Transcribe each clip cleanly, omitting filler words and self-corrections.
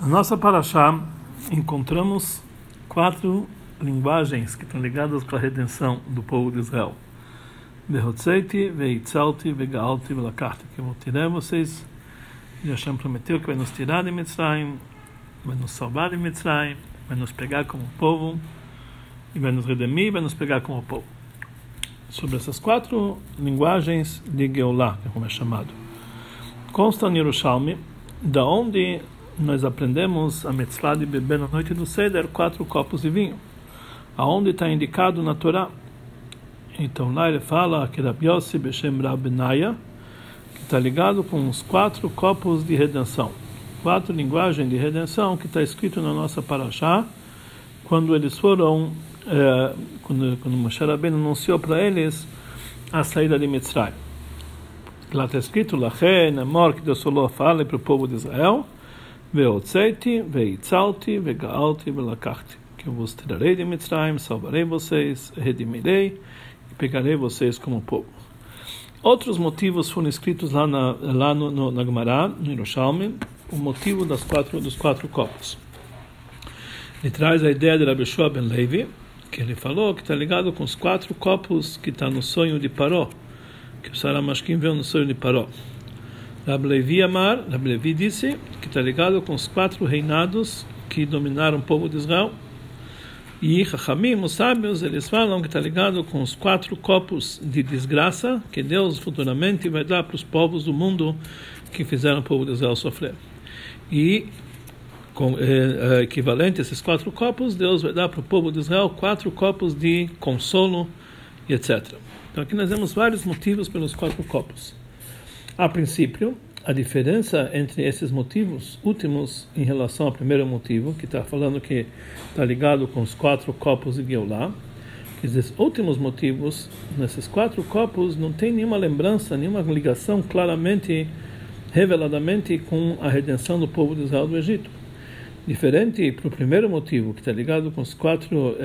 Na nossa Parashá, encontramos 4 linguagens que estão ligadas com a redenção do povo de Israel. Vehotzeti, veitzalti, vegaalti, velakachti. Que eu vou tirar vocês. E Hashem prometeu que vai nos tirar de Mitzrayim, vai nos salvar de Mitzrayim, vai nos pegar como povo, e vai nos redimir, vai nos pegar como povo. Sobre essas 4 linguagens de Geulah, que é como é chamado, consta em Yerushalmi, da onde nós aprendemos a mitzvah de beber na noite do Seder 4 copos de vinho, aonde está indicado na Torá. Então lá ele fala que Rabi Yossi Beshem Rabbenaya, que está ligado com os 4 copos de redenção, 4 linguagens de redenção que está escrito na nossa Parashá, quando eles foram, quando Moshe Rabbeinu anunciou para eles a saída de Mitzrayim. Lá está escrito, Lachen, Amor, que Deus falou, fale para o povo de Israel, Vehotzeti, veitzalti, vegaalti, velakachti. Que eu vos tirarei de Mitzrayim, salvarei vocês, redimirei e pegarei vocês como povo. Outros motivos foram escritos lá na Gemara, no Yerushalmi, o motivo dos 4 copos. Ele traz a ideia de Rabbi Yoshua ben Levi, que ele falou que está ligado com os 4 copos que está no sonho de Paró, que o Saramashkim viu no sonho de Paró. Rabbi Levi disse que está ligado com os 4 reinados que dominaram o povo de Israel. E Chachamim, os sábios, eles falam que está ligado com os 4 copos de desgraça que Deus futuramente vai dar para os povos do mundo que fizeram o povo de Israel sofrer. E equivalente a esses 4 copos, Deus vai dar para o povo de Israel 4 copos de consolo e etc. Então aqui nós temos vários motivos pelos 4 copos. A princípio, a diferença entre esses motivos últimos em relação ao primeiro motivo, que está falando que está ligado com os 4 copos de Geulah, que esses últimos motivos, nesses 4 copos, não tem nenhuma lembrança, nenhuma ligação claramente, reveladamente com a redenção do povo de Israel do Egito. Diferente para o primeiro motivo, que está ligado com os 4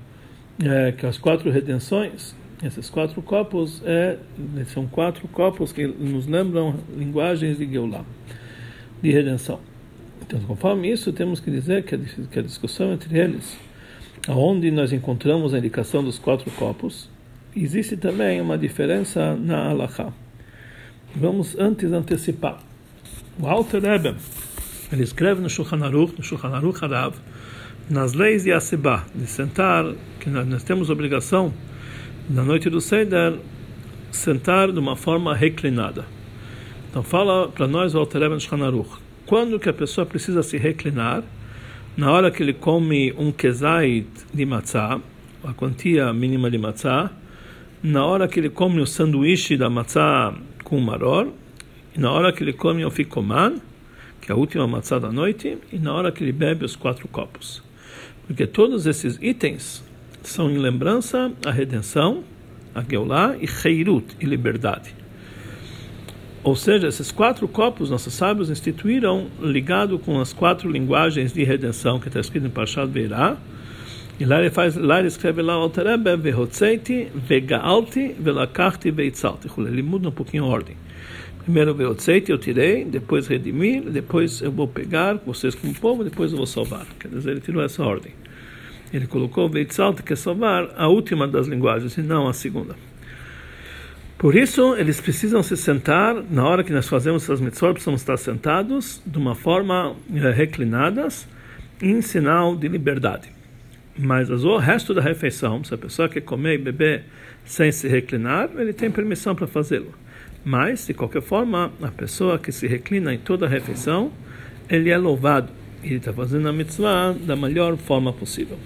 redenções. Esses 4 copos são 4 copos que nos lembram linguagens de Geulah, de redenção. Então, conforme isso, temos que dizer que a discussão entre eles, aonde nós encontramos a indicação dos 4 copos, existe também uma diferença na halakha. Vamos antes antecipar. O Alter Rebbe, ele escreve no Shulchan Aruch Harav, nas leis de Asibah, de sentar, que nós temos obrigação na noite do Seder, sentar de uma forma reclinada. Então fala para nós o Alter Rebbe no Shulchan Aruch, quando que a pessoa precisa se reclinar? Na hora que ele come um kezait de matzah, a quantia mínima de matzah, na hora que ele come o sanduíche da matzah com maror, e na hora que ele come o fikoman, que é a última matzah da noite, e na hora que ele bebe os 4 copos. Porque todos esses itens são em lembrança à redenção, a Geulah e Heirut, e liberdade. Ou seja, esses 4 copos nossos sábios instituíram ligado com as 4 linguagens de redenção que está escrito em Parshat Beirá. E lá ele escreve lá o Alter Rebbe, Vehotzeti, vegaalti, velakachti, veitzalti. Ele muda um pouquinho a ordem. Primeiro Vehotzeti eu tirei, depois redimir, depois eu vou pegar vocês como povo, depois eu vou salvar. Quer dizer, ele tirou essa ordem. Ele colocou veitzalti, que é salvar, a última das linguagens, e não a segunda. Por isso, eles precisam se sentar, na hora que nós fazemos essas mitzvot, precisamos estar sentados, de uma forma reclinadas, em sinal de liberdade. Mas o resto da refeição, se a pessoa quer comer e beber sem se reclinar, ele tem permissão para fazê-lo. Mas, de qualquer forma, a pessoa que se reclina em toda a refeição, ele é louvado. Ele está fazendo a mitzvah da melhor forma possível.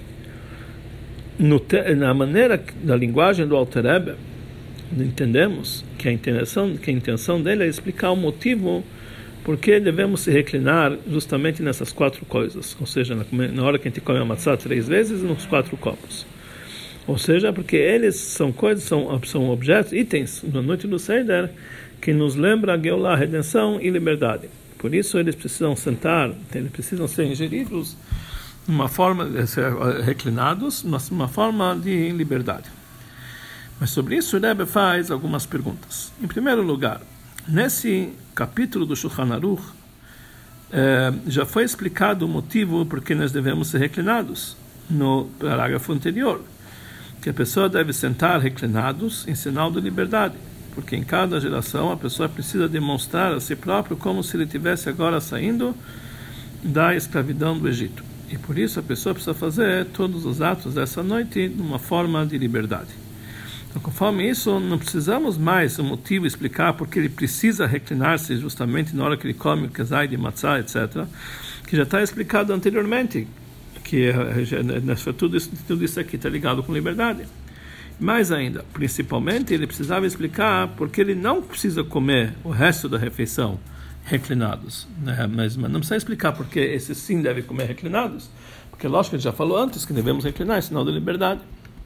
Na maneira da linguagem do Alter Rebbe, entendemos que a intenção dele é explicar o motivo por que devemos se reclinar justamente nessas 4 coisas. Ou seja, na hora que a gente come a matzah 3 vezes, nos 4 copos. Ou seja, porque eles são coisas, são objetos, itens da noite do Seder, que nos lembra a Geulah, redenção e liberdade. Por isso eles precisam sentar, eles precisam ser ingeridos de uma forma, ser reclinados, uma forma de liberdade. Mas sobre isso o Rebbe faz algumas perguntas. Em primeiro lugar, nesse capítulo do Shulchan Aruch, já foi explicado o motivo por que nós devemos ser reclinados no parágrafo anterior, que a pessoa deve sentar reclinados em sinal de liberdade, porque em cada geração a pessoa precisa demonstrar a si próprio como se ele estivesse agora saindo da escravidão do Egito. E por isso a pessoa precisa fazer todos os atos dessa noite de uma forma de liberdade. Então, conforme isso, não precisamos mais o motivo explicar porque ele precisa reclinar-se justamente na hora que ele come o kezai de matzah, etc., que já está explicado anteriormente, que tudo isso aqui está ligado com liberdade. Mais ainda, principalmente, ele precisava explicar porque ele não precisa comer o resto da refeição reclinados, né? Mas não precisa explicar porque esses sim devem comer reclinados, porque lógico que ele já falou antes que devemos reclinar, é sinal da liberdade.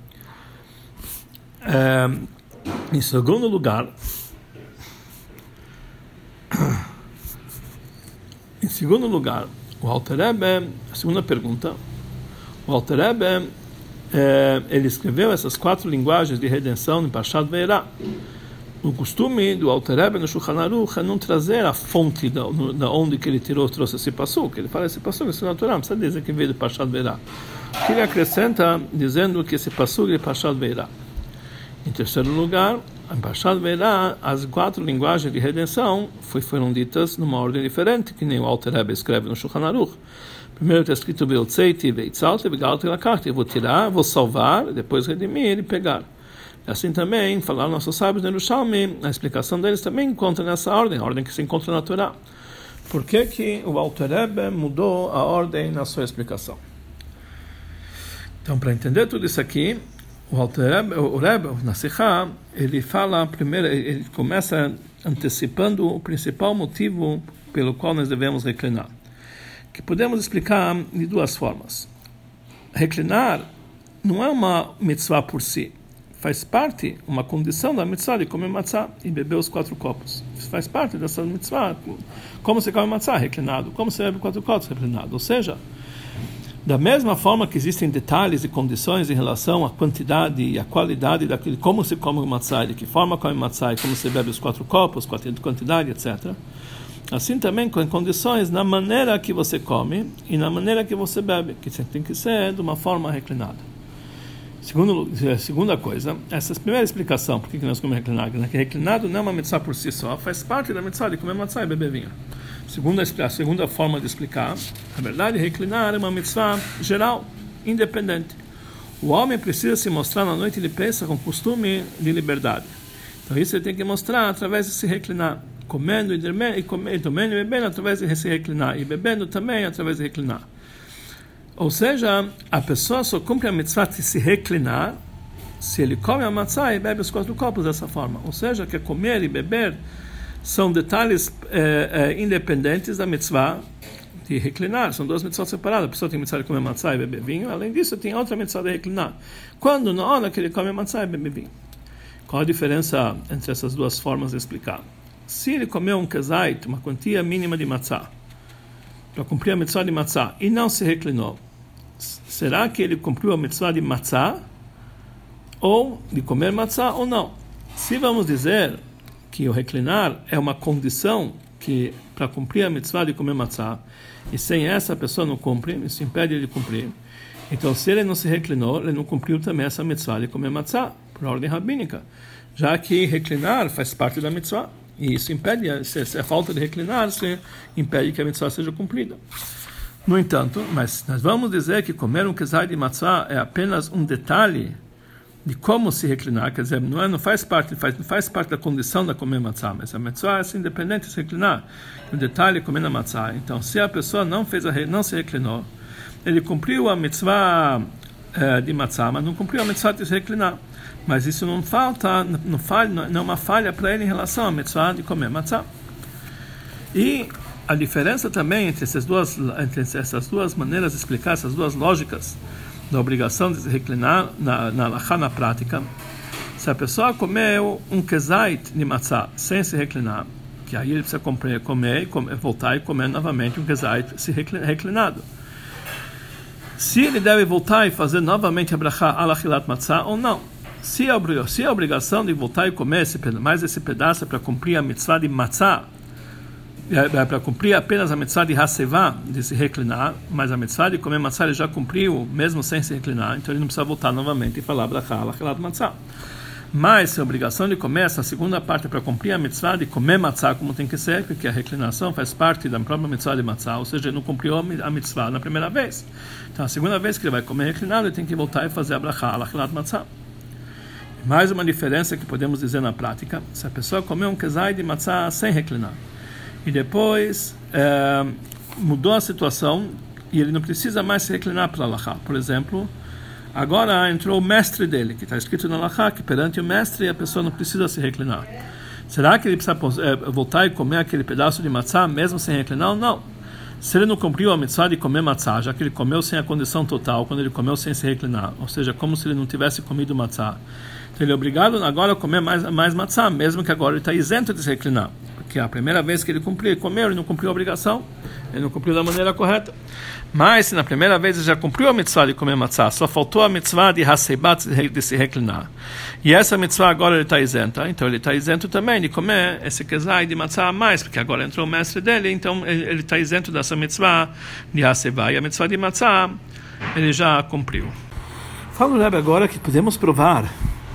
Em segundo lugar, o Alter Rebbe, a segunda pergunta, o Alter Rebbe, ele escreveu essas 4 linguagens de redenção em Parshat Ve'era. O costume do Alter Rebbe no Shulchan Aruch é não trazer a fonte da onde que ele trouxe esse passuco. Ele fala esse passuco, esse natural, não precisa dizer que veio de Parshat Ve'era. Que ele acrescenta dizendo que esse passuco é de Parshat Ve'era. Em terceiro lugar, em Parshat Ve'era, as 4 linguagens de redenção foram ditas numa ordem diferente, que nem o Alter Rebbe escreve no Shulchan Aruch. Primeiro está escrito Ve'otzeiti, Ve'itzalti, Ve'galti Lakachti. Eu vou tirar, vou salvar, depois redimir e pegar. Assim também, falaram nossos sábios no Yerushalmi, a explicação deles também encontra nessa ordem, a ordem que se encontra na Torá. Por que o Alter Rebbe mudou a ordem na sua explicação? Então, para entender tudo isso aqui, o Rebbe, na Sikha, ele fala primeiro, ele começa antecipando o principal motivo pelo qual nós devemos reclinar, que podemos explicar de 2 formas. Reclinar não é uma mitzvah por si, faz parte, uma condição da mitzvah de comer matzah e beber os 4 copos. Faz parte dessa mitzvah, como se come matzah reclinado, como se bebe 4 copos reclinado. Ou seja, da mesma forma que existem detalhes e condições em relação à quantidade e à qualidade daquilo, como se come o matzah, de que forma come o matzah e como se bebe os 4 copos, quantidade, etc. Assim também com condições na maneira que você come e na maneira que você bebe, que tem que ser de uma forma reclinada. Segunda coisa, essa primeira explicação, por que nós comemos reclinado? Que reclinado não é uma mitzvah por si só, faz parte da mitzvah de comer matzah e beber vinho. A segunda forma de explicar, na verdade, reclinar é uma mitzvah geral, independente. O homem precisa se mostrar na noite de Pesach com costume de liberdade. Então isso ele tem que mostrar através de se reclinar, comendo e bebendo através de se reclinar, e bebendo também através de reclinar. Ou seja, a pessoa só cumpre a mitzvah de se reclinar se ele come a matzah e bebe os 4 copos dessa forma. Ou seja, que comer e beber são detalhes independentes da mitzvah de reclinar. São 2 mitzvahs separadas. A pessoa tem mitzvah de comer matzah e beber vinho. Além disso, tem outra mitzvah de reclinar. Quando na hora que ele come matzah e bebe vinho. Qual a diferença entre essas 2 formas de explicar? Se ele comeu um kezait, uma quantia mínima de matzah, para cumprir a mitzvah de matzah e não se reclinou, será que ele cumpriu a mitzvah de matzah ou de comer matzah ou não? Se vamos dizer que o reclinar é uma condição que para cumprir a mitzvah de comer matzah e sem essa a pessoa não cumpre, isso impede ele de cumprir, então se ele não se reclinou, ele não cumpriu também essa mitzvah de comer matzah por ordem rabínica, já que reclinar faz parte da mitzvah. E isso impede, se a falta de reclinar-se impede que a mitzvah seja cumprida. No entanto, mas nós vamos dizer que comer um kezai de matzah é apenas um detalhe de como se reclinar, quer dizer, não faz parte da condição da comer matzah, mas a mitzvah é assim, independente de se reclinar. O detalhe é comer na matzah. Então, se a pessoa não se reclinou, ele cumpriu a mitzvah de matzah, mas não cumpriu a mitzvah de se reclinar. Mas isso não é uma falha para ele em relação à mitzvah de comer matzah. E a diferença também entre essas duas maneiras de explicar, essas 2 lógicas da obrigação de se reclinar na halachá, na prática, se a pessoa comeu um kezait de matzah sem se reclinar, que aí ele precisa voltar e comer novamente um kezait reclinado. Se ele deve voltar e fazer novamente a brachá al achilat matzah ou não. Se a obrigação de voltar e comer mais esse pedaço é para cumprir a mitzvah de matzah, para cumprir apenas a mitzvah de hasevá, de se reclinar, mas a mitzvah de comer matzah ele já cumpriu, mesmo sem se reclinar, então ele não precisa voltar novamente e falar brachá, lachelat matzah. Mas se a obrigação de comer, essa segunda parte para cumprir a mitzvah de comer matzah como tem que ser, porque a reclinação faz parte da própria mitzvah de matzah, ou seja, ele não cumpriu a mitzvah na primeira vez. Então a segunda vez que ele vai comer reclinado, ele tem que voltar e fazer a brachá, lachelat matzah. Mais uma diferença que podemos dizer na prática: se a pessoa comer um kezai de matzah sem reclinar, e depois mudou a situação, e ele não precisa mais se reclinar para a halachá, por exemplo, agora entrou o mestre dele, que está escrito na halachá, que perante o mestre a pessoa não precisa se reclinar. Será que ele precisa voltar e comer aquele pedaço de matzah mesmo sem reclinar? Não. Se ele não cumpriu a mitzvah de comer matzah, já que ele comeu sem a condição total, quando ele comeu sem se reclinar, ou seja, como se ele não tivesse comido matzah, então ele é obrigado agora a comer mais matzah, mesmo que agora ele está isento de se reclinar, porque a primeira vez que ele comeu, ele não cumpriu a obrigação, ele não cumpriu da maneira correta. Mas se na primeira vez ele já cumpriu a mitzvah de comer matzah, só faltou a mitzvah de haseibat, de se reclinar, e essa mitzvah agora ele está isenta, então ele está isento também de comer esse kezai de matzah a mais, porque agora entrou o mestre dele, então ele está isento dessa mitzvah de haseibat, e a mitzvah de matzah ele já cumpriu. Fala o Rebbe agora que podemos provar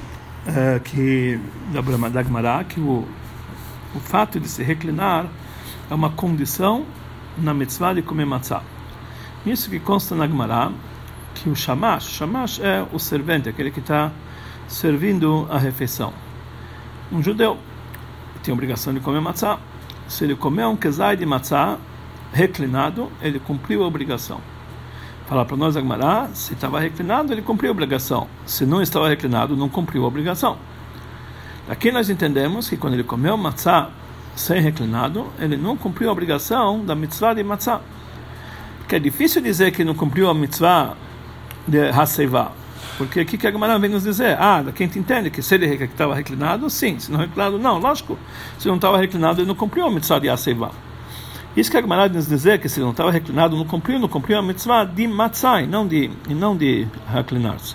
que da Gemara, que o fato de se reclinar é uma condição na mitzvah de comer matzah. Isso que consta na Gemara, que o shamash é o servente, aquele que está servindo a refeição. Um judeu tem a obrigação de comer matzah. Se ele comer um kezai de matzah reclinado, ele cumpriu a obrigação. Fala para nós a Gemara, se estava reclinado, ele cumpriu a obrigação. Se não estava reclinado, não cumpriu a obrigação. Aqui nós entendemos que quando ele comeu matzah sem reclinado, ele não cumpriu a obrigação da mitzvah de matzah. Porque é difícil dizer que não cumpriu a mitzvah de haseivá. Porque aqui que a Gemara vem nos dizer, daqui a gente entende que se ele estava reclinado, sim. Se não reclinado, não. Lógico, se não estava reclinado, ele não cumpriu a mitzvah de haseivá. Isso que a Gemara nos dizer que se ele não estava reclinado, não cumpriu a mitzvah de matzah, e não de reclinar-se.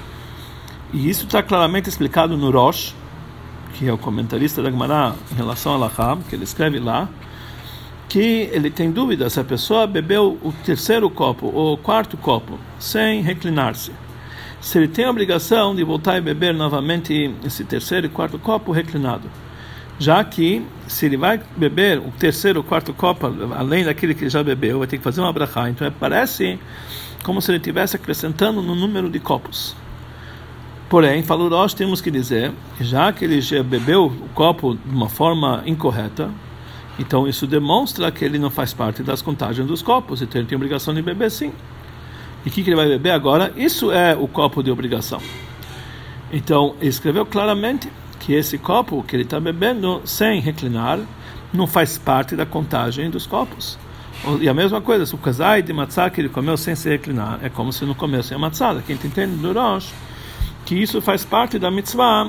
E isso está claramente explicado no Rosh, que é o comentarista da Gemara em relação a Halachá, que ele escreve lá, que ele tem dúvida se a pessoa bebeu o terceiro copo ou o quarto copo sem reclinar-se, se ele tem a obrigação de voltar e beber novamente esse terceiro e quarto copo reclinado, já que se ele vai beber o terceiro ou quarto copo além daquele que ele já bebeu, vai ter que fazer uma brachá, então parece como se ele estivesse acrescentando no número de copos. Porém, falou nós, temos que dizer, já que ele já bebeu o copo de uma forma incorreta, então isso demonstra que ele não faz parte das contagens dos copos, então ele tem obrigação de beber sim. E o que ele vai beber agora? Isso é o copo de obrigação. Então, ele escreveu claramente que esse copo que ele está bebendo sem reclinar não faz parte da contagem dos copos. E a mesma coisa, se o kezai de matzah que ele comeu sem se reclinar, é como se não comesse a matzah. Quem entende do Rosh, que isso faz parte da mitzvah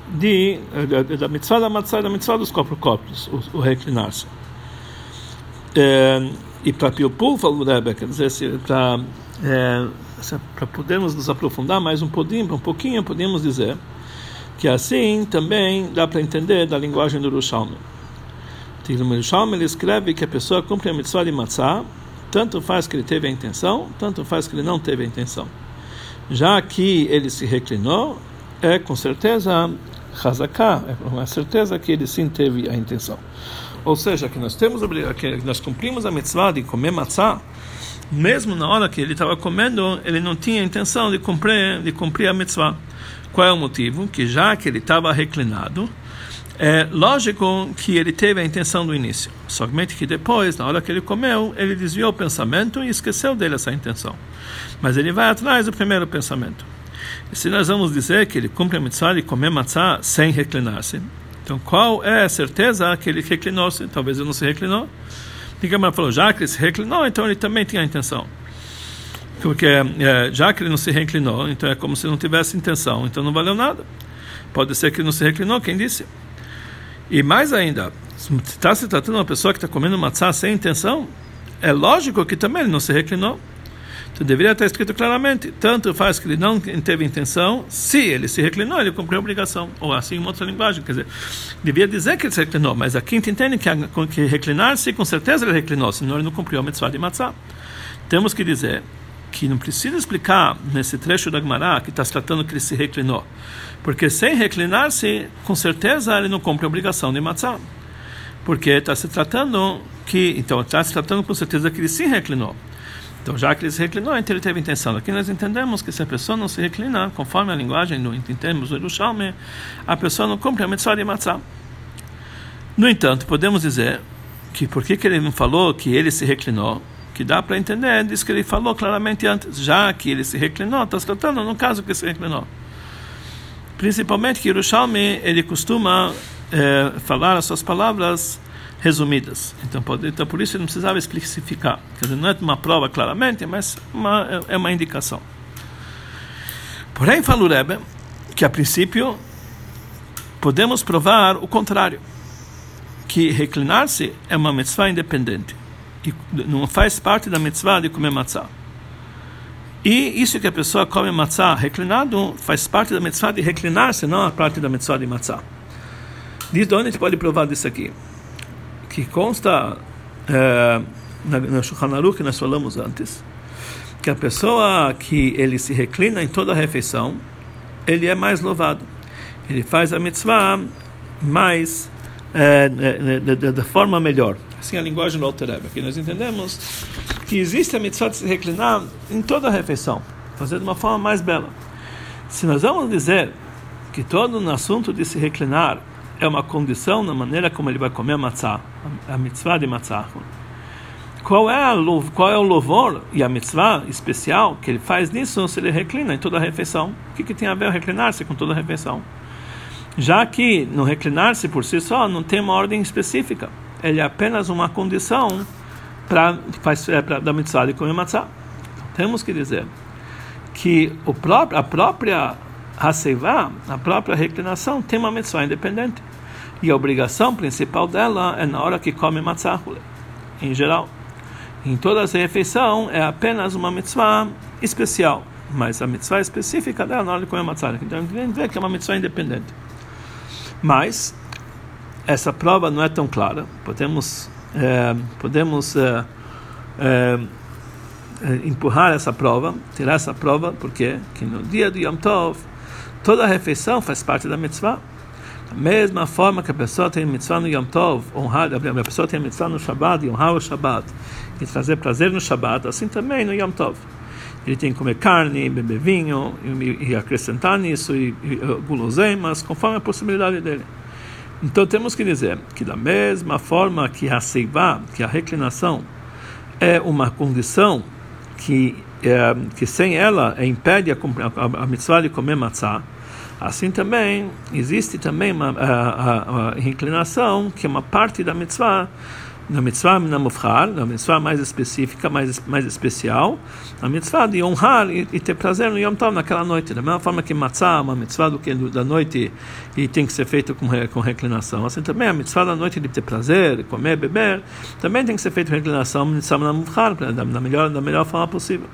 da mitzvah da matzah, da mitzvah dos copos, o reclinar-se. E para Piopul, falou o Rebbe, quer dizer, para podermos nos aprofundar mais um pouquinho, podemos dizer que assim também dá para entender da linguagem do Yerushalmi. O Yerushalmi ele escreve que a pessoa cumpre a mitzvah de matzah, tanto faz que ele teve a intenção, tanto faz que ele não teve a intenção. Já que ele se reclinou, é com certeza Hazaká, é uma certeza que ele sim teve a intenção. Ou seja, que nós cumprimos a mitzvah de comer matzah, mesmo na hora que ele estava comendo, ele não tinha a intenção de cumprir a mitzvah. Qual é o motivo? Que já que ele estava reclinado, é lógico que ele teve a intenção do início. Somente que depois, na hora que ele comeu, ele desviou o pensamento e esqueceu dele essa intenção. Mas ele vai atrás do primeiro pensamento. E se nós vamos dizer que ele cumpre a mitzvah de comer matzah sem reclinar-se, então qual é a certeza que ele reclinou-se? Talvez ele não se reclinou. Ninguém falou, já que ele se reclinou, então ele também tinha a intenção. Porque já que ele não se reclinou, então é como se não tivesse intenção, então não valeu nada. Pode ser que ele não se reclinou, quem disse? E mais ainda, se está se tratando de uma pessoa que está comendo matzah sem intenção, é lógico que também ele não se reclinou. Então deveria estar escrito claramente, tanto faz que ele não teve intenção, se ele se reclinou, ele cumpriu a obrigação. Ou assim, em outra linguagem, quer dizer, devia dizer que ele se reclinou, mas aqui entende que reclinar-se, com certeza ele reclinou, senão ele não cumpriu a mitzvah de matzah. Temos que dizer que não precisa explicar nesse trecho da Gemara que está se tratando que ele se reclinou, porque sem reclinar-se, com certeza ele não cumpre a obrigação de matzah, porque está se tratando com certeza que ele se reclinou. Então, já que ele se reclinou, então ele teve intenção. Aqui nós entendemos que se a pessoa não se reclina, conforme a linguagem do entendemos do Yerushalmi, a pessoa não cumpre a mitzvah de matzah. No entanto, podemos dizer que por que ele não falou que ele se reclinou, que dá para entender, diz que ele falou claramente antes, já que ele se reclinou, está se tratando no caso que se reclinou. Principalmente que Yerushalmi, ele costuma falar as suas palavras resumidas. Então, por isso ele não precisava especificar. Quer dizer, não é uma prova claramente, mas é uma indicação. Porém, fala o Rebbe que, a princípio, podemos provar o contrário, que reclinar-se é uma mitzvah independente e não faz parte da mitzvah de comer matzah. E isso que a pessoa come matzah reclinado faz parte da mitzvah de reclinar-se, não a parte da mitzvah de matzah. De onde a gente pode provar disso aqui? Que consta na Shulchan Aruch, que nós falamos antes, que a pessoa que ele se reclina em toda a refeição, ele é mais louvado. Ele faz a mitzvah mais da forma melhor. Assim a linguagem do Alter Rebbe. Aqui nós entendemos que existe a mitzvah de se reclinar em toda a refeição, fazer de uma forma mais bela. Se nós vamos dizer que todo o assunto de se reclinar é uma condição na maneira como ele vai comer a matzah, a mitzvah de matzah, qual é o louvor e a mitzvah especial que ele faz nisso se ele reclina em toda a refeição? O que tem a ver reclinar-se com toda a refeição? Já que no reclinar-se por si só não tem uma ordem específica, ele é apenas uma condição da mitzvah de comer matzah. Então, temos que dizer que a própria Haseivá, a própria reclinação, tem uma mitzvah independente. E a obrigação principal dela é na hora que come matzah, em geral. Em toda essa refeição é apenas uma mitzvah especial, mas a mitzvah específica dela na hora de comer matzah. Então a gente vê que é uma mitzvah independente. Mas essa prova não é tão clara. Podemos empurrar essa prova, tirar essa prova, porque que no dia do Yom Tov toda a refeição faz parte da mitzvah. Da mesma forma que a pessoa tem mitzvah no Yom Tov, a pessoa tem mitzvah no Shabbat, honrar o Shabbat e trazer prazer no Shabbat, assim também no Yom Tov. Ele tem que comer carne, beber vinho e acrescentar nisso e guloseimas, conforme a possibilidade dele. Então temos que dizer que da mesma forma que a seivá, que a reclinação é uma condição que sem ela impede a mitzvah de comer matzah, assim também existe também a inclinação que é uma parte da mitzvah, na mitzvah namufhar, na mitzvah mais específica, mais especial, a mitzvah de honrar e ter prazer no Yom Tov naquela noite. Da mesma forma que matzah é uma mitzvah da noite e tem que ser feito com reclinação, assim também a mitzvah da noite de ter prazer, comer, beber, também tem que ser feito com reclinação, mitzvah namufhar, da melhor forma possível.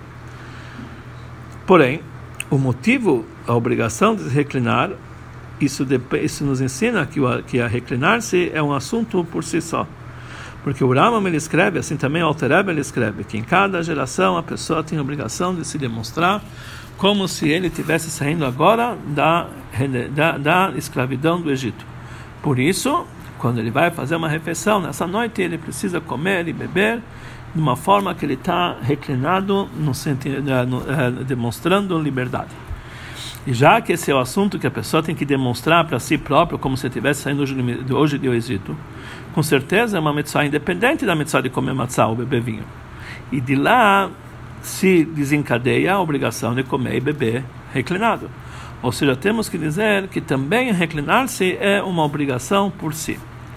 Porém, o motivo, a obrigação de se reclinar, isso nos ensina que a reclinar-se é um assunto por si só. Porque o Rambam ele escreve, assim também o Alter Rebbe ele escreve, que em cada geração a pessoa tem a obrigação de se demonstrar como se ele estivesse saindo agora da escravidão do Egito. Por isso, quando ele vai fazer uma refeição nessa noite, ele precisa comer e beber de uma forma que ele está reclinado, demonstrando liberdade. E já que esse é o assunto que a pessoa tem que demonstrar para si próprio, como se estivesse saindo hoje do Egito, com certeza é uma mitzvah independente da mitzvah de comer matzah ou beber vinho. E de lá se desencadeia a obrigação de comer e beber reclinado. Ou seja, temos que dizer que também reclinar-se é uma obrigação por si.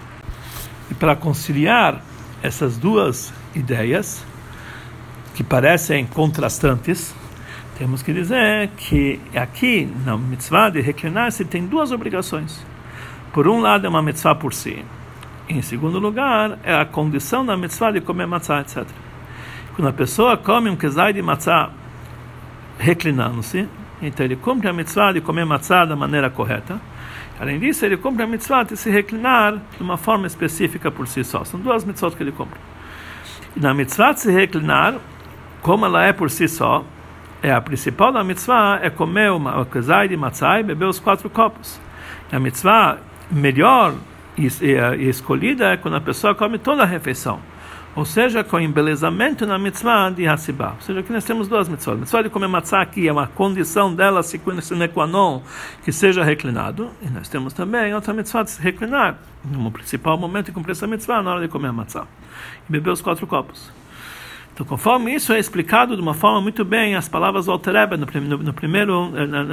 E para conciliar essas duas ideias, que parecem contrastantes, temos que dizer que aqui, na mitzvah de reclinar-se, tem duas obrigações. Por um lado, é uma mitzvah por si. Em segundo lugar, é a condição da mitzvah de comer matzah, etc. Quando a pessoa come um kezai de matzah reclinando-se, então ele cumpre a mitzvah de comer matzah da maneira correta. Além disso, ele cumpre a mitzvah de se reclinar de uma forma específica por si só. São duas mitzvot que ele cumpre. E na mitzvah de se reclinar, como ela é por si só, a principal da mitzvah é comer o kezai de matzah e beber os 4 copos. E a mitzvah melhor e escolhida é quando a pessoa come toda a refeição. Ou seja, com embelezamento na mitzvah de Hassibah. Ou seja, aqui nós temos duas mitzvot. A mitzvah de comer matzah aqui é uma condição dela, sine qua non, que seja reclinado. E nós temos também outra mitzvah de se reclinar, no principal momento de cumprir essa mitzvah, na hora de comer a matzah. E beber os 4 copos. Então, conforme isso é explicado de uma forma muito bem, as palavras do Alter Rebbe no primeiro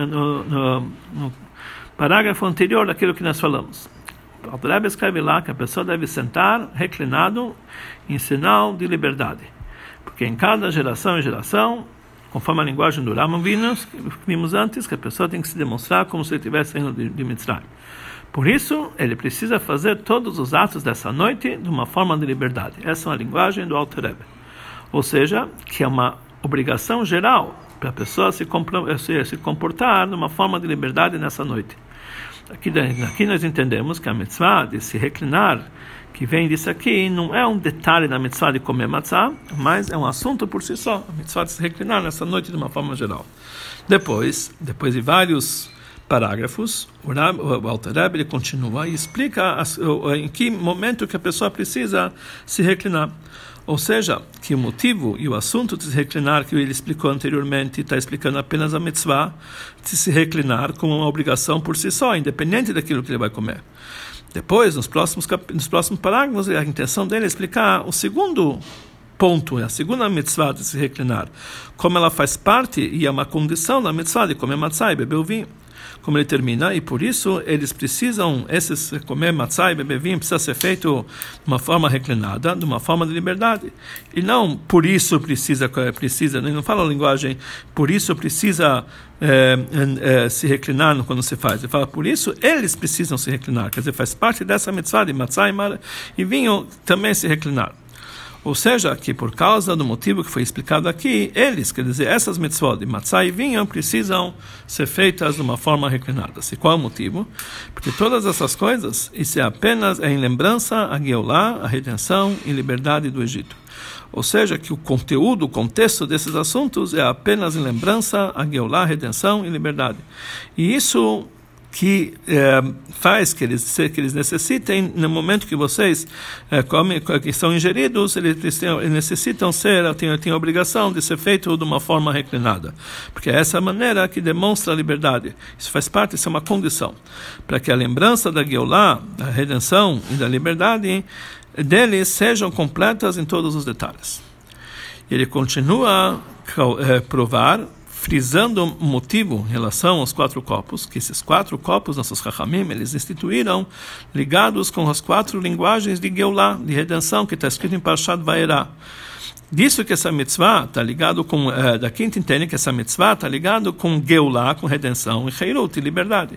no parágrafo anterior daquilo que nós falamos. O Alter Rebbe escreve lá que a pessoa deve sentar reclinado em sinal de liberdade, porque em cada geração e geração, conforme a linguagem do Rambam vimos antes, que a pessoa tem que se demonstrar como se ele estivesse saindo de Mitzrayim. Por isso, ele precisa fazer todos os atos dessa noite de uma forma de liberdade. Essa é a linguagem do Alter Rebbe. Ou seja, que é uma obrigação geral para a pessoa se comportar de uma forma de liberdade nessa noite. Aqui nós entendemos que a mitzvah de se reclinar, que vem disso aqui, não é um detalhe da mitzvah de comer matzah, mas é um assunto por si só. A mitzvah de se reclinar nessa noite de uma forma geral. Depois de vários parágrafos, o Alter Rebbe ele continua e explica em que momento que a pessoa precisa se reclinar. Ou seja, que o motivo e o assunto de se reclinar, que ele explicou anteriormente, está explicando apenas a mitzvah de se reclinar como uma obrigação por si só, independente daquilo que ele vai comer. Depois, nos próximos parágrafos, a intenção dele é explicar o segundo ponto, a segunda mitzvah de se reclinar, como ela faz parte e é uma condição da mitzvah de comer matzah e beber o vinho. Como ele termina, e por isso eles precisam, comer matzah e beber vinho precisa ser feito de uma forma reclinada, de uma forma de liberdade. E não por isso precisa, ele não fala a linguagem, por isso precisa se reclinar quando se faz. Ele fala, por isso eles precisam se reclinar, quer dizer, faz parte dessa mitzvah de matzah e vinho também se reclinar. Ou seja, que por causa do motivo que foi explicado aqui, eles, quer dizer, essas mitzvot de matzah e vinho precisam ser feitas de uma forma reclinada. E qual é o motivo? Porque todas essas coisas, isso é apenas em lembrança a Geulah, a redenção e liberdade do Egito. Ou seja, que o conteúdo, o contexto desses assuntos é apenas em lembrança a Geulah, redenção e liberdade. E isso que faz que eles necessitem, no momento que vocês que são ingeridos, eles necessitam têm a obrigação de ser feito de uma forma reclinada, porque é essa maneira que demonstra a liberdade. Isso faz parte, isso é uma condição, para que a lembrança da Geulah, da redenção e da liberdade deles sejam completas em todos os detalhes. Ele continua a provar, frisando o motivo em relação aos 4 copos, que esses 4 copos, nossos Chachamim, eles instituíram ligados com as 4 linguagens de Geulah, de redenção, que está escrito em Parshat Vaerá. Disso que essa mitzvah está ligado com, daqui entende que essa mitzvah está ligado com Geulah, com redenção, e Heirut, e liberdade.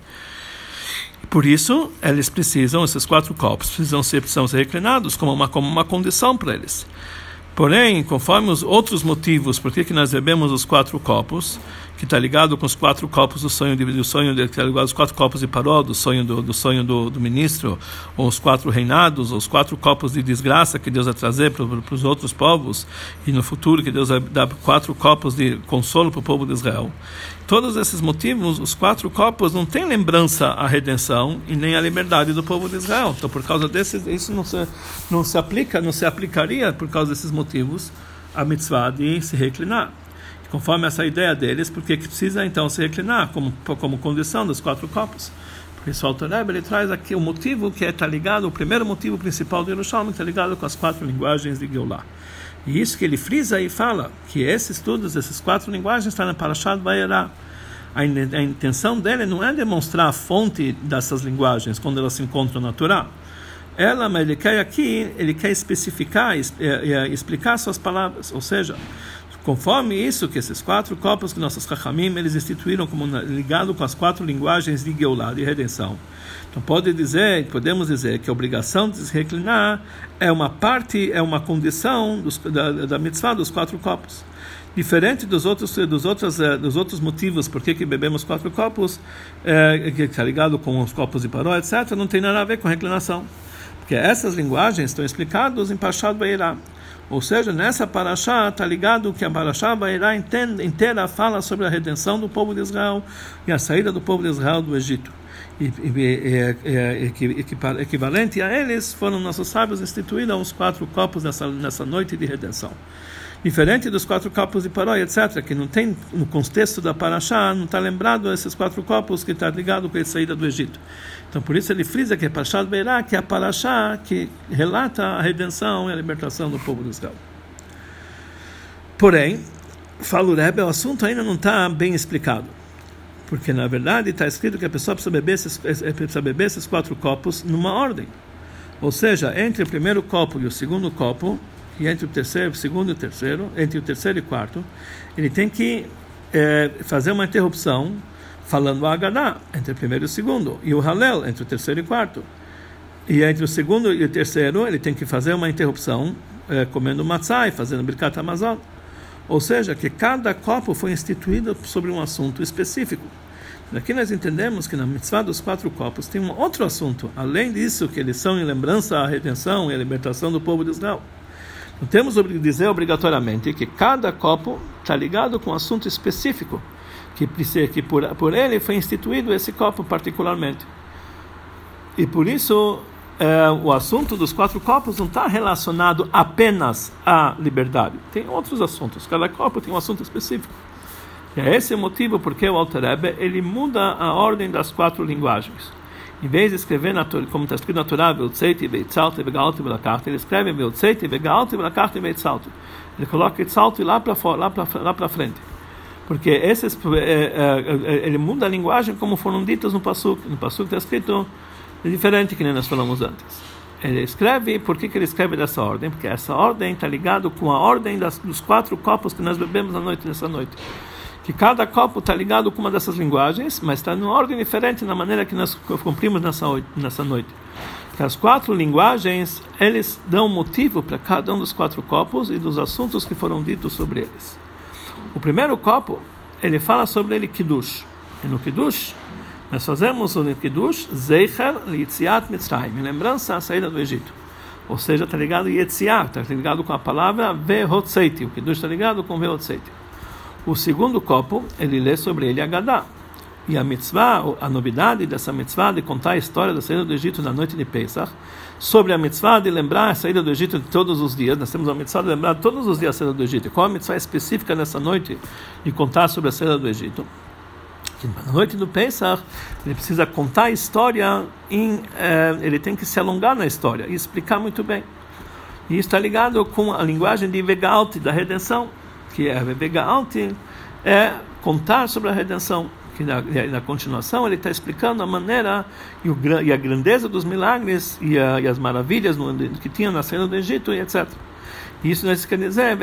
Por isso, eles precisam, esses 4 copos, precisam ser reclinados como uma condição para eles. Porém, conforme os outros motivos, por que nós bebemos os 4 copos, que está ligado com os 4 copos do sonho que está ligado aos 4 copos de Paró, do sonho do ministro, ou os 4 reinados, ou os 4 copos de desgraça que Deus vai trazer para os outros povos, e no futuro que Deus vai dar 4 copos de consolo para o povo de Israel. Todos esses motivos, os 4 copos não têm lembrança à redenção e nem à liberdade do povo de Israel. Então, por causa desses, isso não se aplicaria por causa desses motivos a mitzvah de se reclinar. Conforme essa ideia deles, porque precisa então se reclinar como condição dos 4 copos. Por isso o Alter Rebbe ele traz aqui o motivo que está ligado, o primeiro motivo principal do Yerushalmi, que está ligado com as 4 linguagens de Geulah. E isso que ele frisa e fala, que esses estudos, essas 4 linguagens, estão na Parashat Vaerá. A intenção dele não é demonstrar a fonte dessas linguagens, quando elas se encontram na Torá. Mas ele quer especificar, explicar suas palavras, ou seja, Conforme isso, que esses 4 copos que nossos Chachamim, eles instituíram como ligado com as 4 linguagens de Geulah, de redenção. Então podemos dizer que a obrigação de se reclinar é uma parte, é uma condição da mitzvah dos 4 copos. Diferente dos outros motivos por que bebemos 4 copos, que está ligado com os copos de Paró, etc., não tem nada a ver com reclinação. Porque essas linguagens estão explicadas em Parashat Vayera. Ou seja, nessa Parashá está ligado que a Parashá Vayera inteira fala sobre a redenção do povo de Israel e a saída do povo de Israel do Egito. Equivalente a eles, foram nossos sábios instituídos os 4 copos nessa noite de redenção. Diferente dos 4 copos de Paró, etc., que não tem, no contexto da Parashá, não está lembrado esses 4 copos que está ligado com a saída do Egito. Então, por isso ele frisa que é Parashat Vayera, que é a Parashá que relata a redenção e a libertação do povo de Israel. Porém, fala o Rebbe, o assunto ainda não está bem explicado. Porque, na verdade, está escrito que a pessoa precisa beber esses 4 copos numa ordem. Ou seja, entre o primeiro copo e o segundo copo, e entre o segundo e o terceiro, entre o terceiro e o quarto, ele tem que fazer uma interrupção falando o Haggadah entre o primeiro e o segundo, e o Hallel entre o terceiro e o quarto. E entre o segundo e o terceiro, ele tem que fazer uma interrupção comendo matzah e fazendo Birkat Hamazon. Ou seja, que cada copo foi instituído sobre um assunto específico. Daqui nós entendemos que na mitzvah dos 4 copos tem um outro assunto, além disso, que eles são em lembrança à redenção e à libertação do povo de Israel. Então, temos que dizer obrigatoriamente que cada copo está ligado com um assunto específico, que por ele foi instituído esse copo particularmente. E por isso, o assunto dos 4 copos não está relacionado apenas à liberdade. Tem outros assuntos. Cada copo tem um assunto específico. E é esse o motivo porque o Alter Rebbe, ele muda a ordem das 4 linguagens. Em vez de escrever, como está escrito na Torá, ele escreve ele coloca Itzalti lá para frente. Porque ele muda a linguagem como foram ditas no Pasuk. No Pasuk está escrito diferente que nem nós falamos antes. Ele escreve, por que ele escreve dessa ordem? Porque essa ordem está ligada com a ordem dos 4 copos que nós bebemos nessa noite. Que cada copo está ligado com uma dessas linguagens, mas está numa ordem diferente na maneira que nós cumprimos nessa noite. Que as 4 linguagens, eles dão motivo para cada um dos 4 copos e dos assuntos que foram ditos sobre eles. O primeiro copo, ele fala sobre ele Kiddush. E no Kiddush, nós fazemos o Kiddush Zeicher Yetziat Mitzrayim, lembrança à saída do Egito. Ou seja, está ligado Yetziat, está ligado com a palavra Vehotzeiti. O Kiddush está ligado com Vehotzeiti. O segundo copo, ele lê sobre ele Haggadah. E a mitzvah, a novidade dessa mitzvah de contar a história da saída do Egito na noite de Pesach, sobre a mitzvah de lembrar a saída do Egito de todos os dias. Nós temos a mitzvah de lembrar todos os dias a saída do Egito. Qual a mitzvah específica nessa noite de contar sobre a saída do Egito? Que na noite do Pesach, ele precisa contar a história, ele tem que se alongar na história e explicar muito bem. E isso está ligado com a linguagem de Vegalte, da redenção, que é Vegalte, é contar sobre a redenção. Que na continuação ele está explicando a maneira e a grandeza dos milagres e as maravilhas que tinha na saída do Egito e etc. E isso nós quer dizer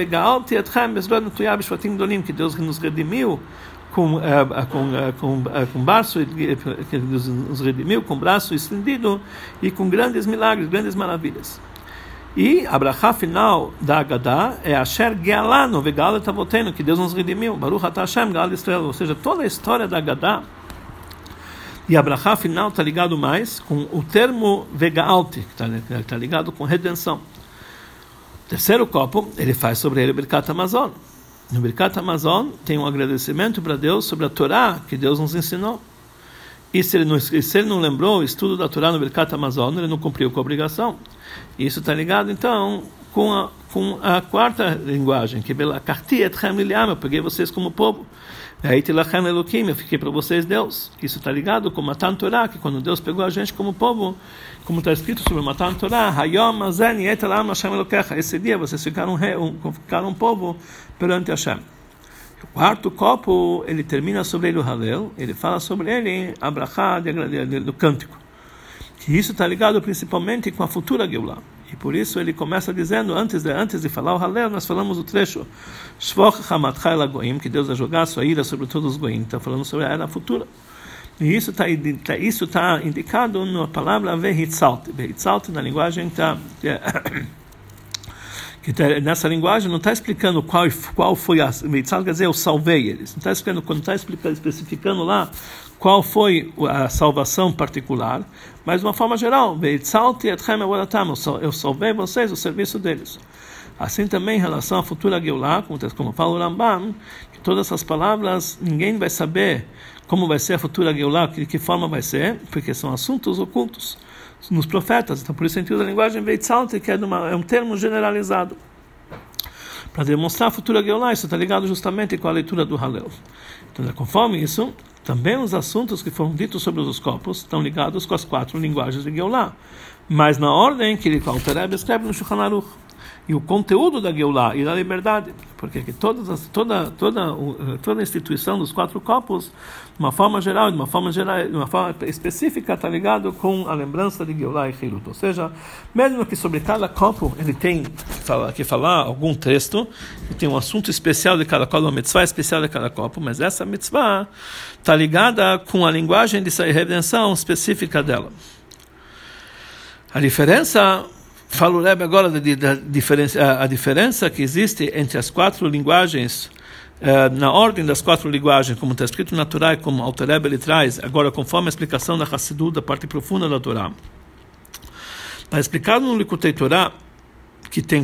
que Deus nos redimiu com braço, que nos redimiu com braço estendido e com grandes milagres, grandes maravilhas. E a brachá final da Haggadah é Asher Gealanu Vegalat Avotenu, que Deus nos redimiu. Baruch Atah Hashem Geal Israel. Ou seja, toda a história da Haggadah e a brachá final está ligado mais com o termo Vegalti, que está ligado com redenção. O terceiro copo, ele faz sobre ele o Birkat Hamazon. No Birkat Hamazon tem um agradecimento para Deus sobre a Torá que Deus nos ensinou. E se ele não lembrou o estudo da Torá no Birkat Hamazon, ele não cumpriu com a obrigação. Isso está ligado, então, com a quarta linguagem, que eu peguei vocês como povo. Eu fiquei para vocês Deus. Isso está ligado com Matan Torah, que quando Deus pegou a gente como povo, como está escrito sobre Matan Torah, esse dia vocês ficaram um povo perante Hashem. O quarto copo, ele termina sobre ele o Hallel, ele fala sobre ele a brachá do cântico. Que isso está ligado principalmente com a futura Geulah. E por isso ele começa dizendo, antes de falar o Halel, nós falamos o trecho Shvoch Hamatcha El HaGoyim, que Deus vai jogar sua ira sobre todos os Goyim. Está falando sobre a era futura. E isso está indicado na palavra Vehitzalt. Vehitzalt, na linguagem, nessa linguagem não está explicando qual foi a Vehitzalt, quer dizer, eu salvei eles. Não está explicando, quando está especificando lá qual foi a salvação particular, mas de uma forma geral, eu salvei vocês, o serviço deles. Assim também em relação à futura Geulah, como fala o Rambam, que todas essas palavras, ninguém vai saber como vai ser a futura Geulah, de que forma vai ser, porque são assuntos ocultos nos profetas. Então por isso a gente usa a linguagem Veitzalt, que é um termo generalizado. Para demonstrar a futura Geulah, isso está ligado justamente com a leitura do Halel. Então, conforme isso, também os assuntos que foram ditos sobre os corpos estão ligados com as 4 linguagens de Geulah, mas na ordem que o Alter Rebbe escreve no Shulchan Aruch. E o conteúdo da Geulah e da liberdade, porque toda a instituição dos 4 corpos, de uma forma geral, de uma forma específica, está ligado com a lembrança de Geulah e Chilut. Ou seja, mesmo que sobre cada corpo ele tem que falar algum texto, que tem um assunto especial de cada corpo, uma mitzvah especial de cada corpo, mas essa mitzvah está ligada com a linguagem de redenção específica dela. A diferença... Fala o Rebbe agora a diferença que existe entre as 4 linguagens, na ordem das 4 linguagens, como está escrito na Torá, como o Alter Rebbe ele traz, agora conforme a explicação da Hassidut, da parte profunda da Torá. Está explicado no Likutei Torá que tem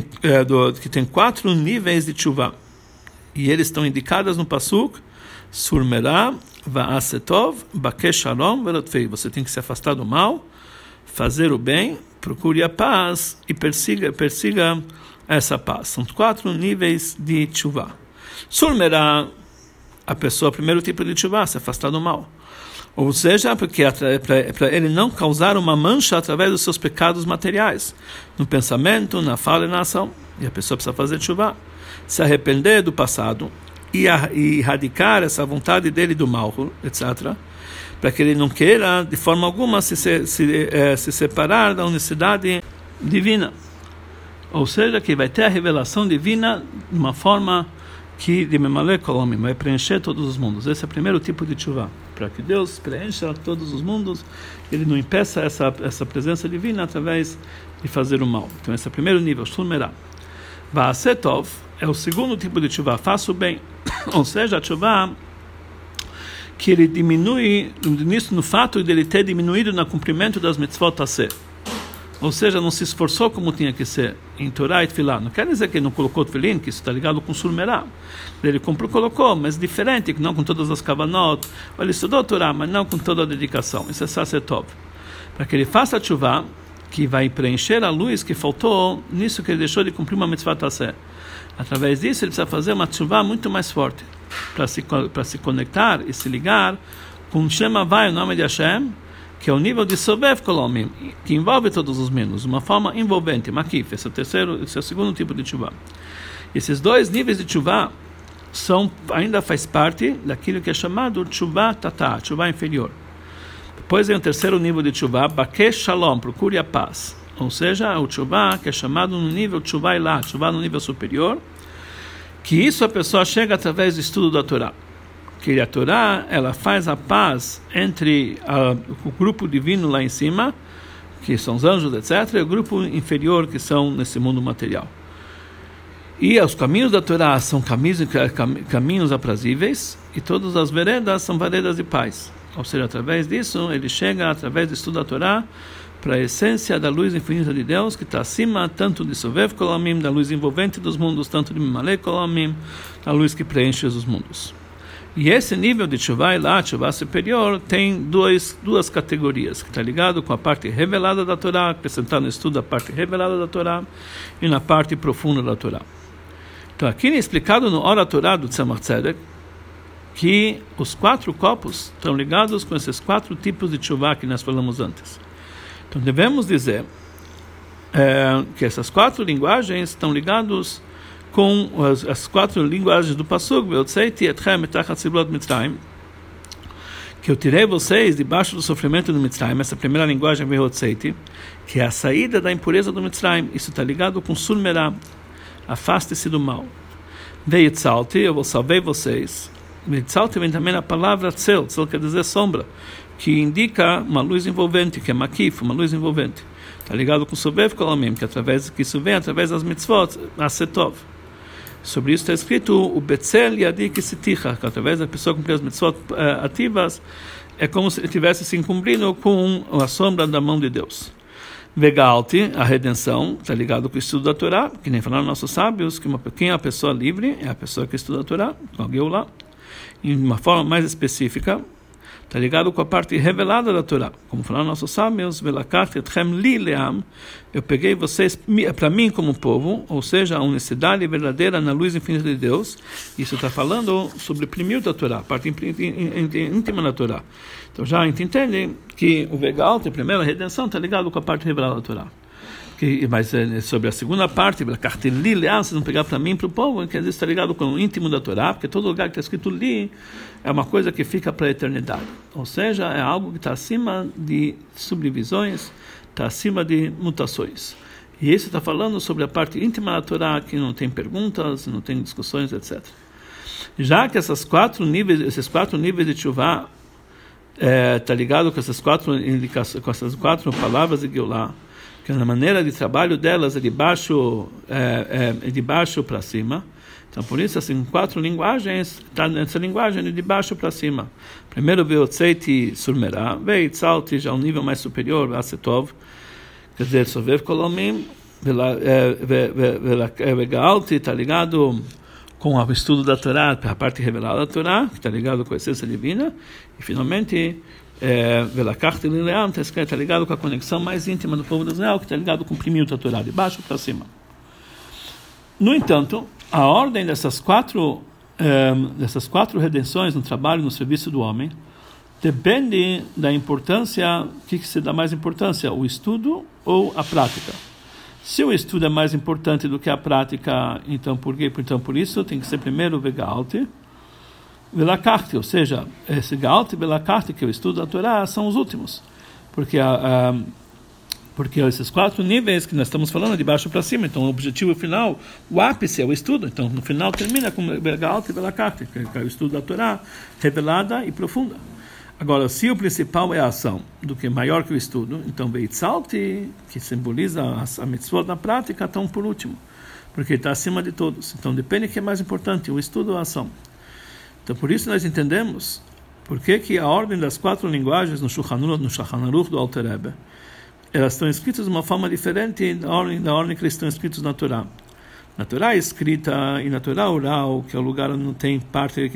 4 níveis de tshuva, e eles estão indicados no Pasuk, Surmerá, Va'asetov, Bakesh Shalom, Verotfei. Você tem que se afastar do mal, fazer o bem, procure a paz e persiga essa paz. São 4 níveis de tshuva. Surmerá, a pessoa, primeiro tipo de tshuva, se afastar do mal. Ou seja, porque para ele não causar uma mancha através dos seus pecados materiais, no pensamento, na fala e na ação. E a pessoa precisa fazer tshuva, se arrepender do passado e erradicar essa vontade dele do mal, etc., para que ele não queira, de forma alguma, se separar da unicidade divina. Ou seja, que vai ter a revelação divina de uma forma que de Memaleh Kol Hamim, vai preencher todos os mundos. Esse é o primeiro tipo de tshuva, para que Deus preencha todos os mundos, ele não impeça essa presença divina através de fazer o mal. Então esse é o primeiro nível, Shulmerá. Va'asetov é o segundo tipo de tshuva, faça o bem. Ou seja, a tshuva que ele diminui no fato de ele ter diminuído no cumprimento das mitzvot aseh. Ou seja, não se esforçou como tinha que ser em Torá e Tfilah. Não quer dizer que ele não colocou Tfilin, que isso está ligado com Surmerá. Ele colocou, mas diferente, não com todas as kavanot. Ele estudou Torá, mas não com toda a dedicação. Isso é Sasetov. Para que ele faça a tshuva, que vai preencher a luz que faltou nisso que ele deixou de cumprir uma mitzvah aseh. Através disso, ele precisa fazer uma tshuva muito mais forte, para se conectar e se ligar com Shem Havai, o nome de Hashem, que é o nível de Sobev Kol Hamim, que envolve todos os menos, uma forma envolvente, makif. Esse é o segundo tipo de tshuva. Esses 2 níveis de tshuva ainda faz parte daquilo que é chamado tshuva tata, tshuva inferior. Depois vem o terceiro nível de tshuva, Bakesh Shalom, procure a paz. Ou seja, o tshuva que é chamado no nível tshuva ilá, tshuva no nível superior, que isso a pessoa chega através do estudo da Torá. Que a Torá, ela faz a paz entre o grupo divino lá em cima, que são os anjos, etc., e o grupo inferior, que são nesse mundo material. E os caminhos da Torá são caminhos aprazíveis, e todas as veredas são veredas de paz. Ou seja, através disso, ele chega, através do estudo da Torá, para a essência da luz infinita de Deus, que está acima tanto de Sovev Kol Hamim, da luz envolvente dos mundos, tanto de Memaleh Kol Hamim, da luz que preenche os mundos. E esse nível de tshuva ilá, tshuva superior, tem duas categorias, que está ligado com a parte revelada da Torá, acrescentando no estudo da parte revelada da Torá, e na parte profunda da Torá. Então aqui é explicado no Ora Torá do Tzemach Tzedek, que os 4 copos estão ligados com esses 4 tipos de tshuva que nós falamos antes. Então devemos dizer que essas 4 linguagens estão ligadas com as 4 linguagens do Pasuk, que eu tirei vocês debaixo do sofrimento do Mitzrayim, essa primeira linguagem Vehotzeiti, que é a saída da impureza do Mitzrayim. Isso está ligado com Surmerá, afaste-se do mal. Veitzalti, eu vou salvar vocês. Veitzalti vem também a palavra tzel, tzel quer dizer sombra, que indica uma luz envolvente, que é makif, uma luz envolvente. Está ligado com Sovev Kolamim, que isso vem através das mitzvot, asetov. Sobre isso está escrito o Betzel Yadik Siticha, que através da pessoa cumprir as mitzvot ativas, é como se ele estivesse se cumprindo com a sombra da mão de Deus. Vegalti, a redenção, está ligado com o estudo da Torá, que nem falaram nossos sábios, que quem é a pessoa livre é a pessoa que estuda a Torá, com a Geulah. E de uma forma mais específica, está ligado com a parte revelada da Torá. Como falaram nossos sábios, eu peguei vocês para mim como povo, ou seja, a unicidade verdadeira na luz infinita de Deus. Isso está falando sobre o primeiro da Torá, a parte íntima da Torá. Então já a gente entende que o Vegal, a primeira redenção, está ligado com a parte revelada da Torá. Mas sobre a segunda parte, vocês vão pegar para mim, para o povo, que às vezes está ligado com o íntimo da Torá, porque todo lugar que está escrito li é uma coisa que fica para a eternidade. Ou seja, é algo que está acima de subdivisões, está acima de mutações. E isso está falando sobre a parte íntima da Torá, que não tem perguntas, não tem discussões, etc. Já que esses quatro níveis de Teshuvah está ligado com essas quatro palavras de Geulah, que na maneira de trabalho delas é de baixo para cima. Então, por isso, assim, quatro linguagens, está nessa linguagem de baixo para cima. Primeiro, Veotzeiti Surmerá, Veitzalti, já um nível mais superior, Asetov, quer dizer, Sovev Kolomim, Vegalti, está ligado com o estudo da Torá, a parte revelada da Torá, que está ligado com a essência divina, e finalmente, está ligado com a conexão mais íntima do povo de Israel, que está ligado com o primeiro da Torá, de baixo para cima. No entanto, a ordem dessas quatro redenções no trabalho, no serviço do homem, depende da importância, o que se dá mais importância, o estudo ou a prática. Se o estudo é mais importante do que a prática, então por quê? Então por isso tem que ser primeiro o Vegalti, Velakarte, ou seja, esse Galte e Velakarte, que é o estudo da Torá, são os últimos. Porque esses quatro níveis que nós estamos falando, de baixo para cima, então o objetivo final, o ápice é o estudo. Então no final termina com Galte e Velakarte, que é o estudo da Torá, revelada e profunda. Agora, se o principal é a ação, do que é maior que o estudo, então Veitzalti, que simboliza a mitzvot na prática, estão por último, porque está acima de todos. Então depende do que é mais importante, o estudo ou a ação. Então, por isso nós entendemos por que a ordem das quatro linguagens no Shulchan Aruch do Alter Rebbe, elas estão escritas de uma forma diferente da ordem que eles estão escritos na Torá. Na Torá é escrita, e na Torá oral, que é o lugar onde não tem parte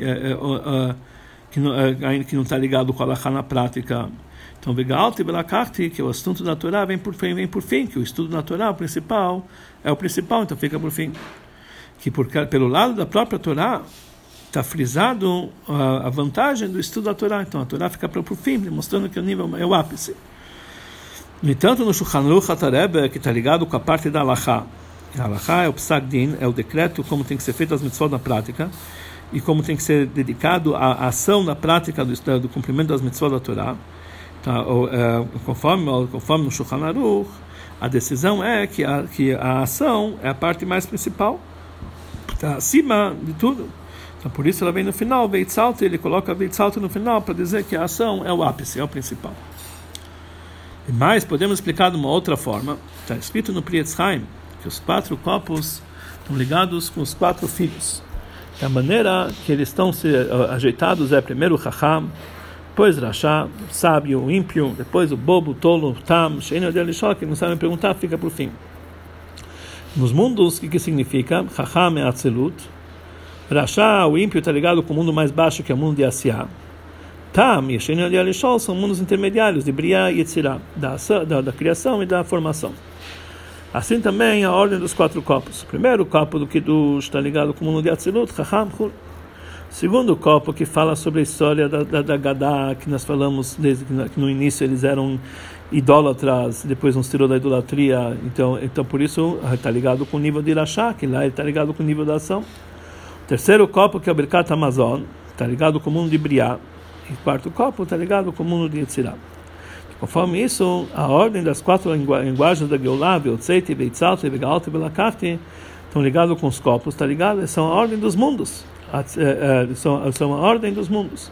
que não está ligado com a Halachá na prática. Então, Vegalti e Velakarte, que é o assunto da Torá, vem por fim, que o estudo da Torá o principal, então fica por fim. Que pelo lado da própria Torá, está frisado a vantagem do estudo da Torá. Então a Torá fica para o fim, mostrando que o nível é o ápice. No entanto, no Shulchan Aruch Rebbe, que está ligado com a parte da Halachá. A Halachá é o Psak Din, é o decreto como tem que ser feito as mitzvot na prática e como tem que ser dedicado à ação na prática do cumprimento das mitzvot da Torá. Então, conforme no Shulchan Aruch, a decisão é que a ação é a parte mais principal, está acima de tudo. Então, por isso ela vem no final, Veitzalti, ele coloca Veitzalti no final para dizer que a ação é o ápice, é o principal. E mais, podemos explicar de uma outra forma. Está escrito no Pri Etz Chaim que os quatro copos estão ligados com os quatro filhos. A maneira que eles estão ajeitados é primeiro o Chacham, depois o Rashá, o sábio, o ímpio, depois o bobo, o tolo, o tam, Shein Yodea Lishol, que não sabem perguntar, fica por fim. Nos mundos, o que significa? Chacham é Atzilut, Rashá, o ímpio, está ligado com o mundo mais baixo, que é o mundo de Asiá. Tam e Shein Yodea Lishol são mundos intermediários, de Briá e Yetzirá, da criação e da formação. Assim também a ordem dos quatro copos. O primeiro copo do Kiddush está ligado com o mundo de Atzilut, Chacham, Chul. O segundo copo que fala sobre a história da Gadá, que nós falamos desde que no início eles eram idólatras, depois nos tirou da idolatria, então por isso está ligado com o nível de Irachá, que lá ele está ligado com o nível da ação. O terceiro copo, que é o Birkat Hamazon, está ligado com o mundo de Briá, e quarto copo está ligado com o mundo de Yetzirah. Conforme isso, a ordem das 4 linguagens da Geulah, Veotzeti, Veitzalti, Vegalti e Velakafti, estão ligados com os copos, está ligado? São a ordem dos mundos. São a ordem dos mundos.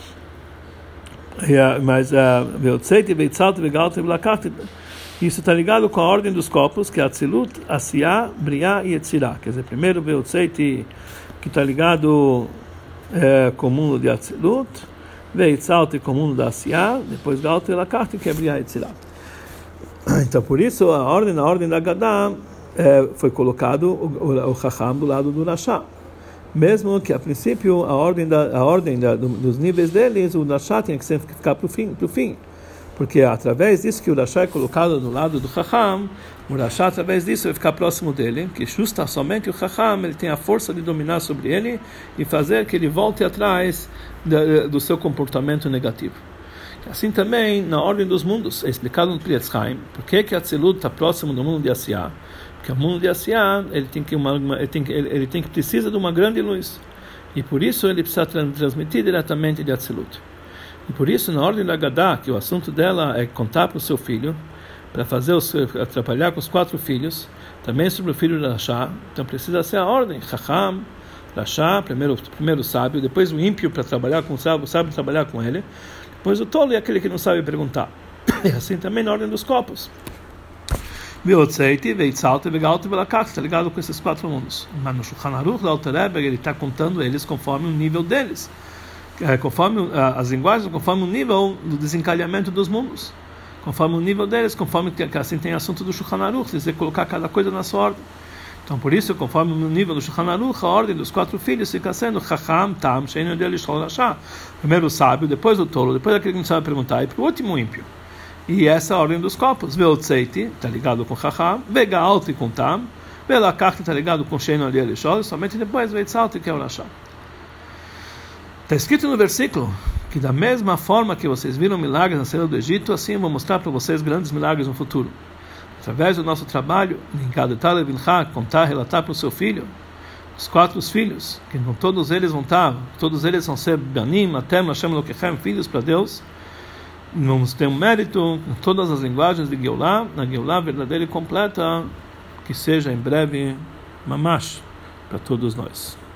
Mas Veotzeti, Veitzalti, Vegalti e Velakafti, isso está ligado com a ordem dos copos, que é Atzilut, Asiyah, Briah e Yetzirah. Quer dizer, primeiro Veotzeti, que está ligado com o mundo de Atzilut, Veitzalti com o mundo da Asiyah, depois Galti e Velakafti, que é Briah e Yetzirah. Então, por isso, na ordem da Gadá, foi colocado o Chacham do lado do Rasha. Mesmo que, a princípio, a ordem dos níveis deles, o Rasha tinha que sempre ficar para o fim. Porque através disso que o Rasha é colocado do lado do Chacham, o Rasha, através disso, vai ficar próximo dele, que justa somente o Chacham, ele tem a força de dominar sobre ele e fazer que ele volte atrás do seu comportamento negativo. Assim também, na ordem dos mundos, é explicado no Pri Etz Chaim, por que a Atzilut está próximo do mundo de Asiyah? Porque o mundo de Asiyah, ele precisa de uma grande luz. E por isso ele precisa transmitir diretamente de Atzilut. E por isso, na ordem da Gadá, que o assunto dela é contar para o seu filho, para trabalhar com os 4 filhos, também sobre o filho de Rasha, então precisa ser a ordem, Chacham, Rasha, primeiro sábio, depois o ímpio para trabalhar com o sábio trabalhar com ele, depois o tolo é aquele que não sabe perguntar. E assim também na ordem dos copos. Veotzeti, Veitzalti, Vegalti e Velakafti, está ligado com esses 4 mundos. Mas no Shulchan Aruch da Alter Rebbe, ele está contando eles conforme o nível deles. Conforme as linguagens, conforme o nível do desencalhamento dos mundos, conforme o nível deles, conforme que assim tem assunto do Shulchan Aruch, dizer colocar cada coisa na sua ordem. Então, por isso, conforme o nível do Shulchan Aruch, a ordem dos 4 filhos fica sendo Chacham, Tam, Sheinu Yodea Lishol Rasha. Primeiro o sábio, depois o tolo, depois aquele que não sabe perguntar, e para o último ímpio. E essa é a ordem dos copos. Veotzeti, está ligado com Chacham, Vegalti com Tam, Velakafti está ligado com Sheinu Yodea Lishol, somente depois Veitzalti, que é o Rasha. Está escrito no versículo que da mesma forma que vocês viram milagres na saída do Egito, assim eu vou mostrar para vocês grandes milagres no futuro. Através do nosso trabalho, contar, relatar para o seu filho, os 4 filhos, que todos eles vão ser Banim, Atem, Hashem, Lokechem, filhos para Deus. Vamos ter um mérito em todas as linguagens de Geulah, na Geulah verdadeira e completa, que seja em breve, Mamash, para todos nós.